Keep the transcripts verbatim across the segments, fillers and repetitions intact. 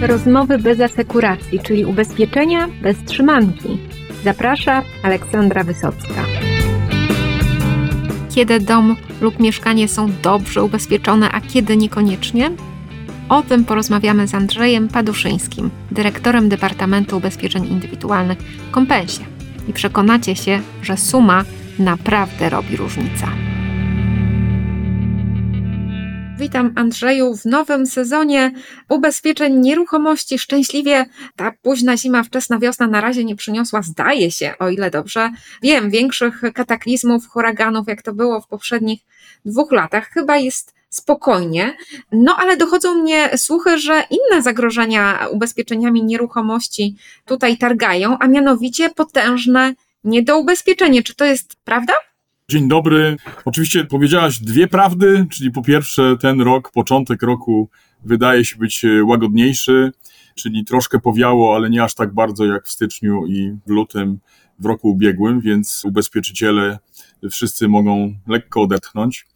Rozmowy bez asekuracji, czyli ubezpieczenia bez trzymanki. Zaprasza Aleksandra Wysocka. Kiedy dom lub mieszkanie są dobrze ubezpieczone, a kiedy niekoniecznie? O tym porozmawiamy z Andrzejem Paduszyńskim, dyrektorem Departamentu Ubezpieczeń Indywidualnych w Compensie. I przekonacie się, że suma naprawdę robi różnicę. Witam, Andrzeju, w nowym sezonie ubezpieczeń nieruchomości. Szczęśliwie ta późna zima, wczesna wiosna na razie nie przyniosła, zdaje się, o ile dobrze wiem, większych kataklizmów, huraganów, jak to było w poprzednich dwóch latach. Chyba jest spokojnie, no ale dochodzą mnie słuchy, że inne zagrożenia ubezpieczeniami nieruchomości tutaj targają, a mianowicie potężne niedoubezpieczenie. Czy to jest prawda? Dzień dobry. Oczywiście powiedziałaś dwie prawdy, czyli po pierwsze ten rok, początek roku wydaje się być łagodniejszy, czyli troszkę powiało, ale nie aż tak bardzo jak w styczniu i w lutym w roku ubiegłym, więc ubezpieczyciele wszyscy mogą lekko odetchnąć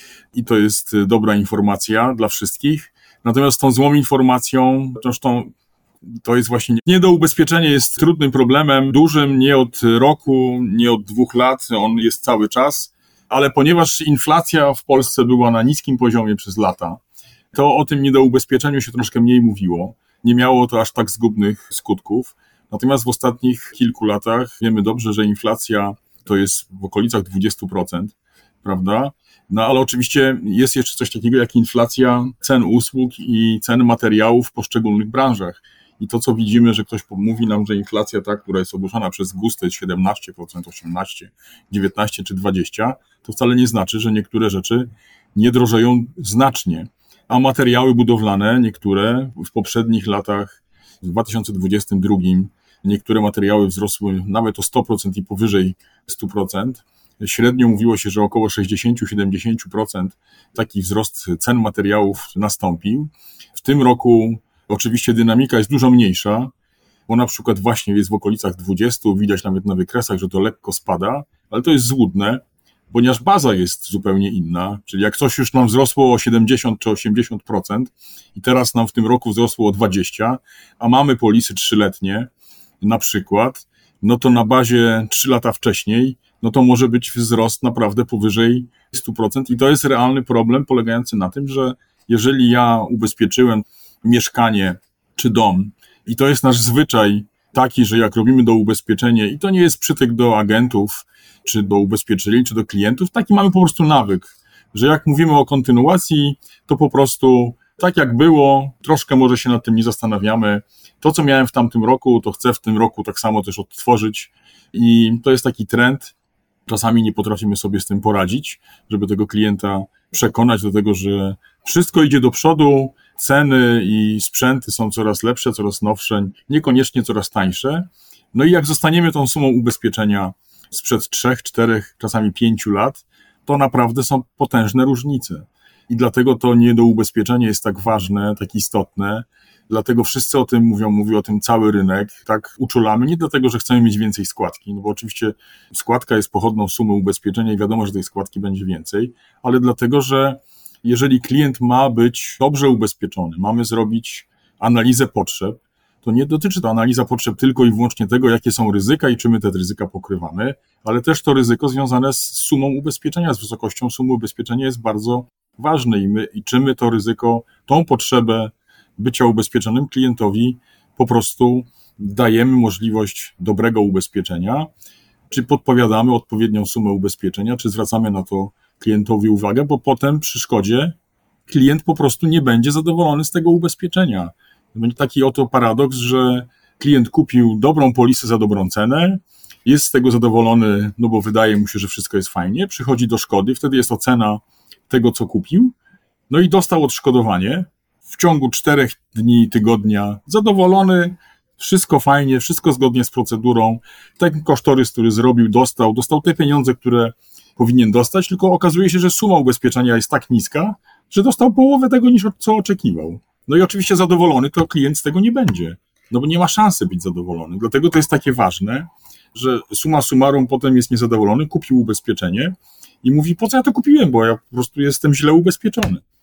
i to jest dobra informacja dla wszystkich. Natomiast tą złą informacją, zresztą to jest właśnie niedoubezpieczenie jest trudnym problemem, dużym, nie od roku, nie od dwóch lat, on jest cały czas, ale ponieważ inflacja w Polsce była na niskim poziomie przez lata, to o tym niedoubezpieczeniu się troszkę mniej mówiło. Nie miało to aż tak zgubnych skutków. Natomiast w ostatnich kilku latach wiemy dobrze, że inflacja to jest w okolicach dwadzieścia procent, prawda? No ale oczywiście jest jeszcze coś takiego jak inflacja cen usług i cen materiałów w poszczególnych branżach. I to, co widzimy, że ktoś mówi nam, że inflacja ta, która jest ogłoszona przez G U S, to jest siedemnaście procent, osiemnaście procent, dziewiętnaście procent czy dwadzieścia procent, to wcale nie znaczy, że niektóre rzeczy nie drożeją znacznie. A materiały budowlane, niektóre w poprzednich latach, w dwa tysiące dwudziestym drugim, niektóre materiały wzrosły nawet o sto procent i powyżej sto procent. Średnio mówiło się, że około sześćdziesiąt do siedemdziesięciu procent taki wzrost cen materiałów nastąpił. W tym roku oczywiście dynamika jest dużo mniejsza, bo na przykład właśnie jest w okolicach dwudziestu, widać nawet na wykresach, że to lekko spada, ale to jest złudne, ponieważ baza jest zupełnie inna, czyli jak coś już nam wzrosło o siedemdziesiąt czy osiemdziesiąt procent i teraz nam w tym roku wzrosło o dwadzieścia procent, a mamy polisy trzyletnie na przykład, no to na bazie trzy lata wcześniej, no to może być wzrost naprawdę powyżej stu procent i to jest realny problem polegający na tym, że jeżeli ja ubezpieczyłem mieszkanie czy dom i to jest nasz zwyczaj taki, że jak robimy doubezpieczenie i to nie jest przytyk do agentów, czy do ubezpieczycieli, czy do klientów, taki mamy po prostu nawyk, że jak mówimy o kontynuacji, to po prostu tak jak było, troszkę może się nad tym nie zastanawiamy. To, co miałem w tamtym roku, to chcę w tym roku tak samo też odtworzyć i to jest taki trend. Czasami nie potrafimy sobie z tym poradzić, żeby tego klienta przekonać do tego, że wszystko idzie do przodu, ceny i sprzęty są coraz lepsze, coraz nowsze, niekoniecznie coraz tańsze. No i jak zostaniemy tą sumą ubezpieczenia sprzed trzech, czterech, czasami pięciu lat, to naprawdę są potężne różnice. I dlatego to niedoubezpieczenie jest tak ważne, tak istotne. Dlatego wszyscy o tym mówią, mówi o tym cały rynek, tak uczulamy, nie dlatego, że chcemy mieć więcej składki, no bo oczywiście składka jest pochodną sumy ubezpieczenia i wiadomo, że tej składki będzie więcej, ale dlatego, że jeżeli klient ma być dobrze ubezpieczony, mamy zrobić analizę potrzeb, to nie dotyczy to analiza potrzeb tylko i wyłącznie tego, jakie są ryzyka i czy my te ryzyka pokrywamy, ale też to ryzyko związane z sumą ubezpieczenia, z wysokością sumy ubezpieczenia jest bardzo ważne i my i czy my to ryzyko, tą potrzebę bycia ubezpieczonym klientowi po prostu dajemy możliwość dobrego ubezpieczenia, czy podpowiadamy odpowiednią sumę ubezpieczenia, czy zwracamy na to klientowi uwagę, bo potem przy szkodzie klient po prostu nie będzie zadowolony z tego ubezpieczenia. Będzie taki oto paradoks, że klient kupił dobrą polisę za dobrą cenę, jest z tego zadowolony, no bo wydaje mu się, że wszystko jest fajnie, przychodzi do szkody, wtedy jest ocena tego, co kupił, no i dostał odszkodowanie, w ciągu czterech dni, tygodnia, zadowolony, wszystko fajnie, wszystko zgodnie z procedurą, ten kosztorys, który zrobił, dostał, dostał te pieniądze, które powinien dostać, tylko okazuje się, że suma ubezpieczenia jest tak niska, że dostał połowę tego, niż co oczekiwał. No i oczywiście zadowolony to klient z tego nie będzie, no bo nie ma szansy być zadowolony. Dlatego to jest takie ważne, że summa summarum potem jest niezadowolony, kupił ubezpieczenie i mówi, po co ja to kupiłem, bo ja po prostu jestem źle ubezpieczony.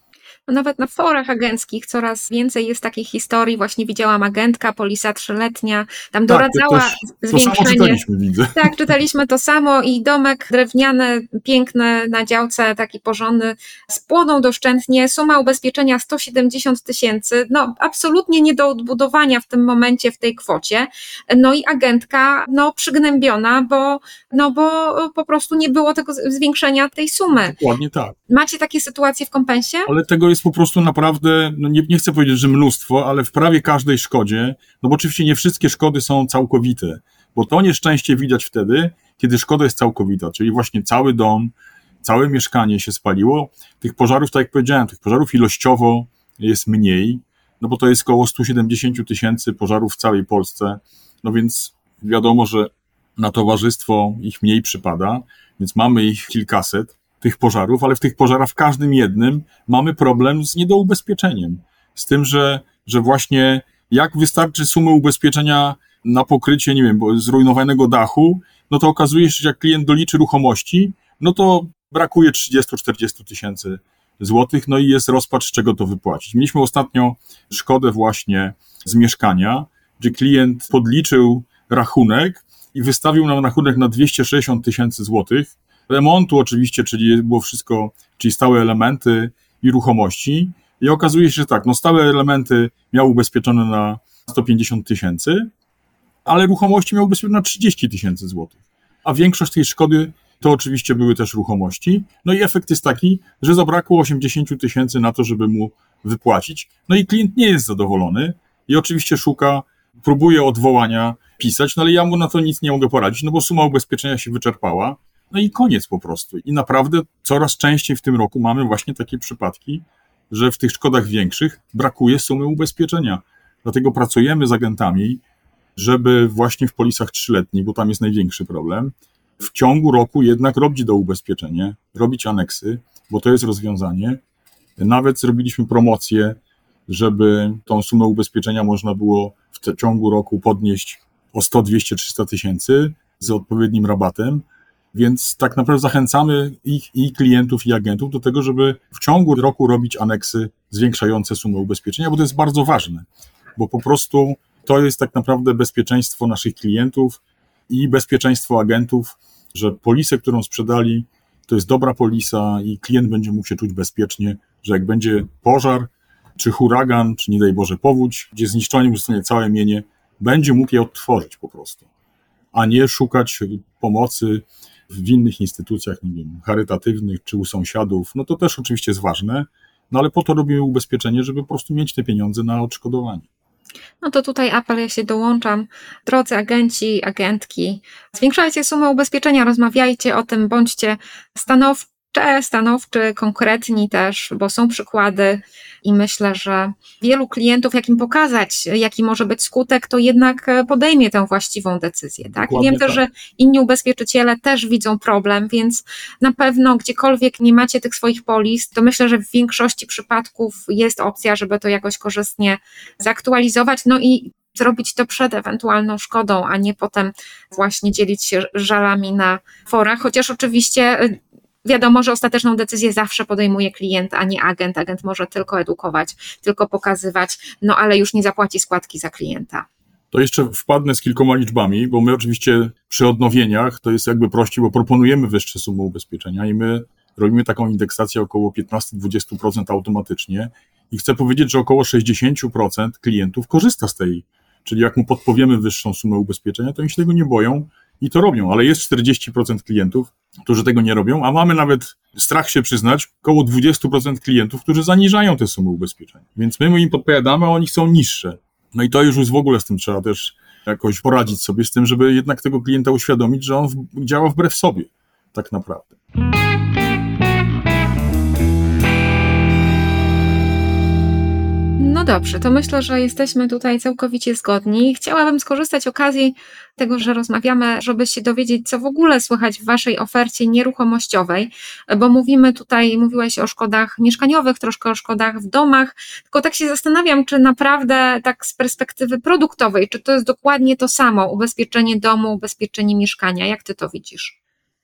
Nawet na forach agenckich coraz więcej jest takich historii. Właśnie widziałam agentka, polisa trzyletnia, tam Tak, doradzała też zwiększenie. To samo czytaliśmy, widzę. Tak, czytaliśmy to samo i domek drewniany, piękny, na działce, taki porządny, spłonął doszczętnie, suma ubezpieczenia sto siedemdziesiąt tysięcy, no absolutnie nie do odbudowania w tym momencie w tej kwocie, no i agentka no przygnębiona, bo, no bo po prostu nie było tego zwiększenia tej sumy. Dokładnie tak. Macie takie sytuacje w kompensie? Ale tego jest po prostu naprawdę, no nie, nie chcę powiedzieć, że mnóstwo, ale w prawie każdej szkodzie, no bo oczywiście nie wszystkie szkody są całkowite, bo to nieszczęście widać wtedy, kiedy szkoda jest całkowita, czyli właśnie cały dom, całe mieszkanie się spaliło. Tych pożarów, tak jak powiedziałem, tych pożarów ilościowo jest mniej, no bo to jest około sto siedemdziesiąt tysięcy pożarów w całej Polsce, no więc wiadomo, że na towarzystwo ich mniej przypada, więc mamy ich kilkaset, tych pożarów, ale w tych pożarach w każdym jednym mamy problem z niedoubezpieczeniem. Z tym, że, że właśnie jak wystarczy sumy ubezpieczenia na pokrycie, nie wiem, zrujnowanego dachu, no to okazuje się, że jak klient doliczy ruchomości, no to brakuje trzydzieści do czterdziestu tysięcy złotych, no i jest rozpacz, z czego to wypłacić. Mieliśmy ostatnio szkodę właśnie z mieszkania, gdzie klient podliczył rachunek i wystawił nam rachunek na dwieście sześćdziesiąt tysięcy złotych, remontu oczywiście, czyli było wszystko, czyli stałe elementy i ruchomości. I okazuje się, że tak, no stałe elementy miał ubezpieczone na sto pięćdziesiąt tysięcy, ale ruchomości miał ubezpieczone na trzydzieści tysięcy złotych. A większość tej szkody to oczywiście były też ruchomości. No i efekt jest taki, że zabrakło osiemdziesiąt tysięcy na to, żeby mu wypłacić. No i klient nie jest zadowolony i oczywiście szuka, próbuje odwołania pisać, no ale ja mu na to nic nie mogę poradzić, no bo suma ubezpieczenia się wyczerpała. No i koniec po prostu. I naprawdę coraz częściej w tym roku mamy właśnie takie przypadki, że w tych szkodach większych brakuje sumy ubezpieczenia. Dlatego pracujemy z agentami, żeby właśnie w polisach trzyletnich, bo tam jest największy problem, w ciągu roku jednak robić doubezpieczenie, robić aneksy, bo to jest rozwiązanie. Nawet zrobiliśmy promocję, żeby tą sumę ubezpieczenia można było w ciągu roku podnieść o sto, dwieście, trzysta tysięcy z odpowiednim rabatem. Więc tak naprawdę zachęcamy ich, i klientów, i agentów do tego, żeby w ciągu roku robić aneksy zwiększające sumę ubezpieczenia, bo to jest bardzo ważne, bo po prostu to jest tak naprawdę bezpieczeństwo naszych klientów i bezpieczeństwo agentów, że polisę, którą sprzedali, to jest dobra polisa i klient będzie mógł się czuć bezpiecznie, że jak będzie pożar, czy huragan, czy nie daj Boże powódź, gdzie zniszczeniem zostanie całe mienie, będzie mógł je odtworzyć po prostu, a nie szukać pomocy w innych instytucjach, nie wiem, charytatywnych, czy u sąsiadów, no to też oczywiście jest ważne, no ale po to robimy ubezpieczenie, żeby po prostu mieć te pieniądze na odszkodowanie. No to tutaj apel, ja się dołączam. Drodzy agenci, agentki, zwiększajcie sumę ubezpieczenia, rozmawiajcie o tym, bądźcie stanowczy, stanowczy, konkretni też, bo są przykłady i myślę, że wielu klientów, jak im pokazać, jaki może być skutek, to jednak podejmie tę właściwą decyzję. Tak? I wiem też, tak. że inni ubezpieczyciele też widzą problem, więc na pewno gdziekolwiek nie macie tych swoich polis, to myślę, że w większości przypadków jest opcja, żeby to jakoś korzystnie zaktualizować, no i zrobić to przed ewentualną szkodą, a nie potem właśnie dzielić się żalami na forach, chociaż oczywiście wiadomo, że ostateczną decyzję zawsze podejmuje klient, a nie agent. Agent może tylko edukować, tylko pokazywać, no ale już nie zapłaci składki za klienta. To jeszcze wpadnę z kilkoma liczbami, bo my oczywiście przy odnowieniach to jest jakby prościej, bo proponujemy wyższe sumy ubezpieczenia i my robimy taką indeksację około piętnaście do dwudziestu procent automatycznie i chcę powiedzieć, że około sześćdziesiąt procent klientów korzysta z tej, czyli jak mu podpowiemy wyższą sumę ubezpieczenia, to oni się tego nie boją i to robią, ale jest czterdzieści procent klientów, którzy tego nie robią, a mamy nawet, strach się przyznać, około dwadzieścia procent klientów, którzy zaniżają te sumy ubezpieczeń. Więc my im podpowiadamy, a oni chcą niższe. No i to już jest w ogóle z tym trzeba też jakoś poradzić sobie z tym, żeby jednak tego klienta uświadomić, że on w, działa wbrew sobie, tak naprawdę. No dobrze, to myślę, że jesteśmy tutaj całkowicie zgodni. Chciałabym skorzystać z okazji tego, że rozmawiamy, żeby się dowiedzieć, co w ogóle słychać w waszej ofercie nieruchomościowej, bo mówimy tutaj, mówiłeś o szkodach mieszkaniowych, troszkę o szkodach w domach, tylko tak się zastanawiam, czy naprawdę tak z perspektywy produktowej, czy to jest dokładnie to samo, ubezpieczenie domu, ubezpieczenie mieszkania, jak ty to widzisz?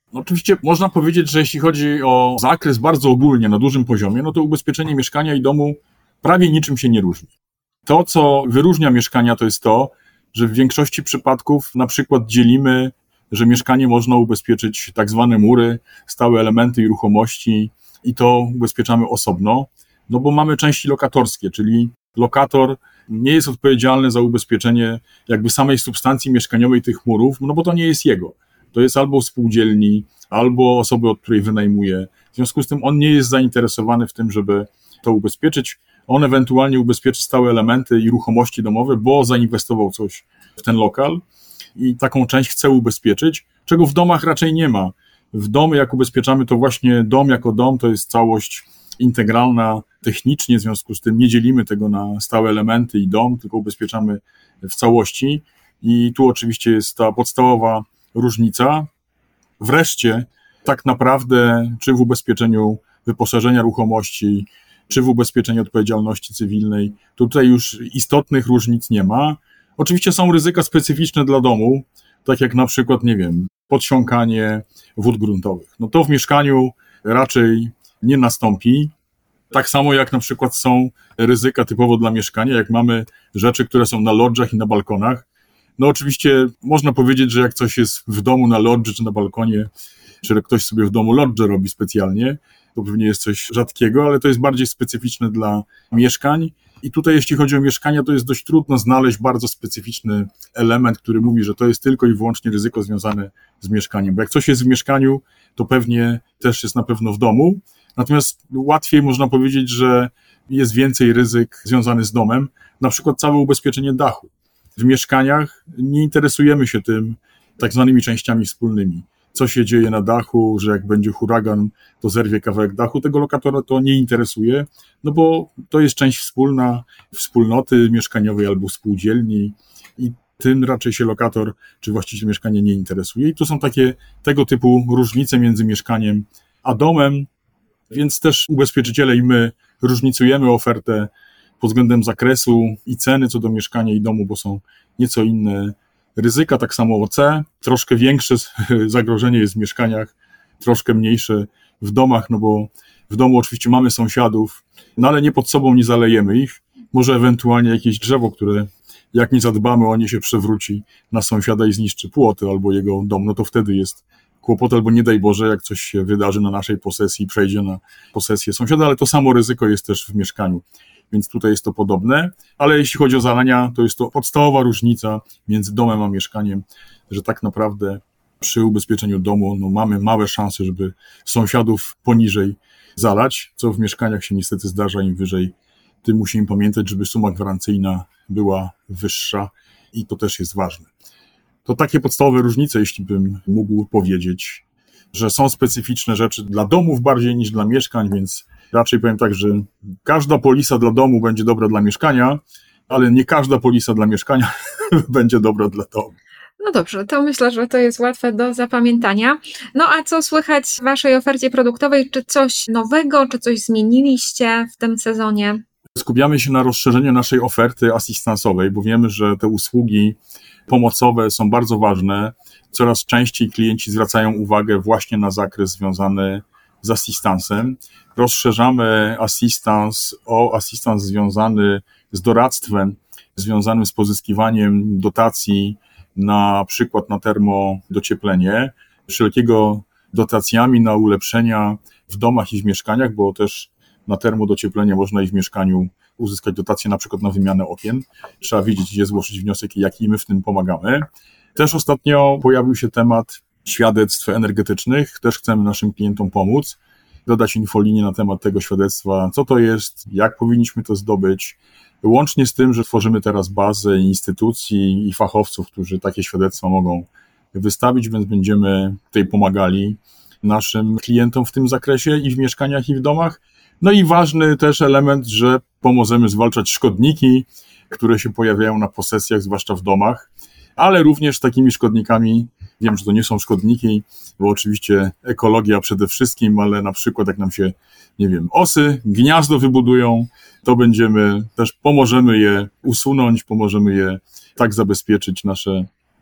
No oczywiście można powiedzieć, że jeśli chodzi o zakres bardzo ogólnie, na dużym poziomie, no to ubezpieczenie mieszkania i domu prawie niczym się nie różni. To, co wyróżnia mieszkania, to jest to, że w większości przypadków na przykład dzielimy, że mieszkanie można ubezpieczyć tak zwane mury, stałe elementy i ruchomości i to ubezpieczamy osobno, no bo mamy części lokatorskie, czyli lokator nie jest odpowiedzialny za ubezpieczenie jakby samej substancji mieszkaniowej tych murów, no bo to nie jest jego. To jest albo spółdzielni, albo osoby, od której wynajmuje. W związku z tym on nie jest zainteresowany w tym, żeby to ubezpieczyć. On ewentualnie ubezpieczy stałe elementy i ruchomości domowe, bo zainwestował coś w ten lokal i taką część chce ubezpieczyć, czego w domach raczej nie ma. W domy, jak ubezpieczamy, to właśnie dom jako dom to jest całość integralna technicznie, w związku z tym nie dzielimy tego na stałe elementy i dom, tylko ubezpieczamy w całości i tu oczywiście jest ta podstawowa różnica. Wreszcie tak naprawdę czy w ubezpieczeniu wyposażenia ruchomości, czy w ubezpieczeniu odpowiedzialności cywilnej, tutaj już istotnych różnic nie ma. Oczywiście są ryzyka specyficzne dla domu, tak jak na przykład, nie wiem, podsiąkanie wód gruntowych. No to w mieszkaniu raczej nie nastąpi. Tak samo jak na przykład są ryzyka typowo dla mieszkania, jak mamy rzeczy, które są na lodżach i na balkonach. No oczywiście można powiedzieć, że jak coś jest w domu na lodży czy na balkonie, czy ktoś sobie w domu lodże robi specjalnie, to pewnie jest coś rzadkiego, ale to jest bardziej specyficzne dla mieszkań. I tutaj jeśli chodzi o mieszkania, to jest dość trudno znaleźć bardzo specyficzny element, który mówi, że to jest tylko i wyłącznie ryzyko związane z mieszkaniem. Bo jak coś jest w mieszkaniu, to pewnie też jest na pewno w domu. Natomiast łatwiej można powiedzieć, że jest więcej ryzyk związanych z domem, na przykład całe ubezpieczenie dachu. W mieszkaniach nie interesujemy się tym tak zwanymi częściami wspólnymi. Co się dzieje na dachu, że jak będzie huragan, to zerwie kawałek dachu, tego lokatora to nie interesuje, no bo to jest część wspólna wspólnoty mieszkaniowej albo spółdzielni i tym raczej się lokator czy właściciel mieszkania nie interesuje. I to są takie tego typu różnice między mieszkaniem a domem, więc też ubezpieczyciele i my różnicujemy ofertę pod względem zakresu i ceny co do mieszkania i domu, bo są nieco inne ryzyka, tak samo O C, troszkę większe zagrożenie jest w mieszkaniach, troszkę mniejsze w domach, no bo w domu oczywiście mamy sąsiadów, no ale nie pod sobą nie zalejemy ich, może ewentualnie jakieś drzewo, które jak nie zadbamy o nie się przewróci na sąsiada i zniszczy płoty albo jego dom, no to wtedy jest kłopot, albo nie daj Boże, jak coś się wydarzy na naszej posesji i przejdzie na posesję sąsiada, ale to samo ryzyko jest też w mieszkaniu. Więc tutaj jest to podobne, ale jeśli chodzi o zalania, to jest to podstawowa różnica między domem a mieszkaniem, że tak naprawdę przy ubezpieczeniu domu no, mamy małe szanse, żeby sąsiadów poniżej zalać, co w mieszkaniach się niestety zdarza, im wyżej, tym musimy pamiętać, żeby suma gwarancyjna była wyższa i to też jest ważne. To takie podstawowe różnice, jeśli bym mógł powiedzieć, że są specyficzne rzeczy dla domów bardziej niż dla mieszkań, więc raczej powiem tak, że każda polisa dla domu będzie dobra dla mieszkania, ale nie każda polisa dla mieszkania będzie dobra dla domu. No dobrze, to myślę, że to jest łatwe do zapamiętania. No a co słychać w waszej ofercie produktowej? Czy coś nowego, czy coś zmieniliście w tym sezonie? Skupiamy się na rozszerzeniu naszej oferty asystansowej, bo wiemy, że te usługi pomocowe są bardzo ważne. Coraz częściej klienci zwracają uwagę właśnie na zakres związany z asystansem. Rozszerzamy asystans o asystans związany z doradztwem, związanym z pozyskiwaniem dotacji na przykład na termodocieplenie, wszelkiego dotacjami na ulepszenia w domach i w mieszkaniach, bo też na termodocieplenie można i w mieszkaniu uzyskać dotację na przykład na wymianę okien. Trzeba wiedzieć, gdzie zgłosić wniosek i jak i my w tym pomagamy. Też ostatnio pojawił się temat świadectw energetycznych. Też chcemy naszym klientom pomóc, dodać infolinię na temat tego świadectwa, co to jest, jak powinniśmy to zdobyć. Łącznie z tym, że tworzymy teraz bazę instytucji i fachowców, którzy takie świadectwa mogą wystawić, więc będziemy tutaj pomagali naszym klientom w tym zakresie i w mieszkaniach, i w domach. No i ważny też element, że pomożemy zwalczać szkodniki, które się pojawiają na posesjach, zwłaszcza w domach, ale również takimi szkodnikami, wiem, że to nie są szkodniki, bo oczywiście ekologia przede wszystkim, ale na przykład jak nam się, nie wiem, osy, gniazdo wybudują, to będziemy, też pomożemy je usunąć, pomożemy je tak zabezpieczyć nasze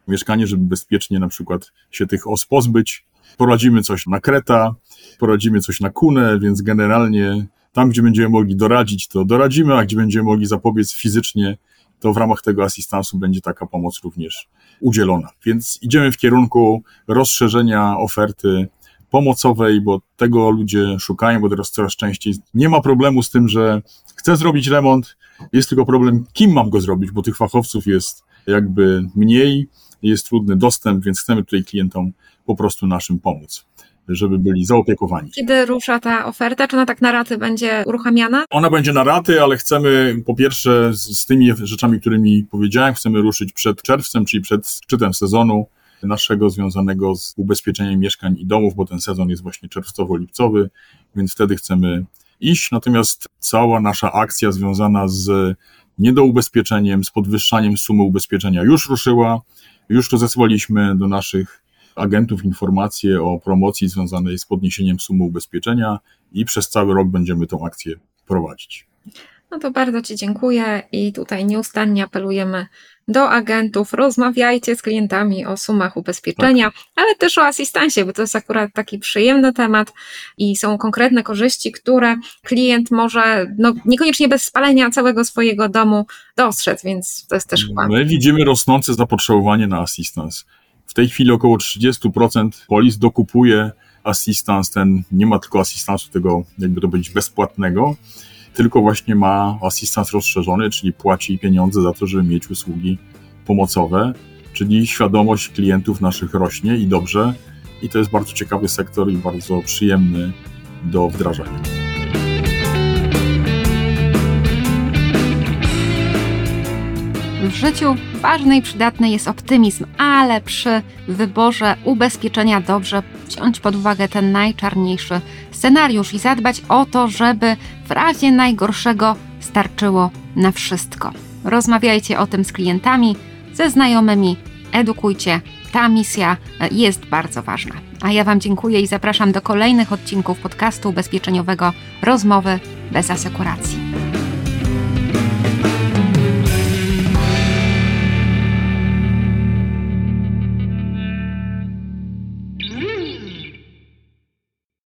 mieszkanie, żeby bezpiecznie na przykład się tych os pozbyć. Poradzimy coś na kreta, poradzimy coś na kunę, więc generalnie tam, gdzie będziemy mogli doradzić, to doradzimy, a gdzie będziemy mogli zapobiec fizycznie, to w ramach tego asystansu będzie taka pomoc również udzielona. Więc idziemy w kierunku rozszerzenia oferty pomocowej, bo tego ludzie szukają, bo teraz coraz częściej nie ma problemu z tym, że chcę zrobić remont, jest tylko problem, kim mam go zrobić, bo tych fachowców jest jakby mniej, jest trudny dostęp, więc chcemy tutaj klientom po prostu naszym pomóc, żeby byli zaopiekowani. Kiedy rusza ta oferta? Czy ona tak na raty będzie uruchamiana? Ona będzie na raty, ale chcemy po pierwsze z, z tymi rzeczami, którymi powiedziałem, chcemy ruszyć przed czerwcem, czyli przed szczytem sezonu naszego związanego z ubezpieczeniem mieszkań i domów, bo ten sezon jest właśnie czerwcowo-lipcowy, więc wtedy chcemy iść. Natomiast cała nasza akcja związana z niedoubezpieczeniem, z podwyższaniem sumy ubezpieczenia już ruszyła. Już rozesłaliśmy do naszych agentów informacje o promocji związanej z podniesieniem sumy ubezpieczenia i przez cały rok będziemy tą akcję prowadzić. No to bardzo Ci dziękuję i tutaj nieustannie apelujemy do agentów, rozmawiajcie z klientami o sumach ubezpieczenia, tak, ale też o asystansie, bo to jest akurat taki przyjemny temat i są konkretne korzyści, które klient może no, niekoniecznie bez spalenia całego swojego domu dostrzec, więc to jest też chyba... My widzimy rosnące zapotrzebowanie na asystans. W tej chwili około trzydzieści procent polis dokupuje asystans, ten nie ma tylko asystansu tego, jakby to powiedzieć, bezpłatnego, tylko właśnie ma asystans rozszerzony, czyli płaci pieniądze za to, żeby mieć usługi pomocowe, czyli świadomość klientów naszych rośnie i dobrze. I to jest bardzo ciekawy sektor i bardzo przyjemny do wdrażania. W życiu ważny i przydatny jest optymizm, ale przy wyborze ubezpieczenia dobrze wziąć pod uwagę ten najczarniejszy scenariusz i zadbać o to, żeby w razie najgorszego starczyło na wszystko. Rozmawiajcie o tym z klientami, ze znajomymi, edukujcie. Ta misja jest bardzo ważna. A ja Wam dziękuję i zapraszam do kolejnych odcinków podcastu ubezpieczeniowego Rozmowy bez asekuracji.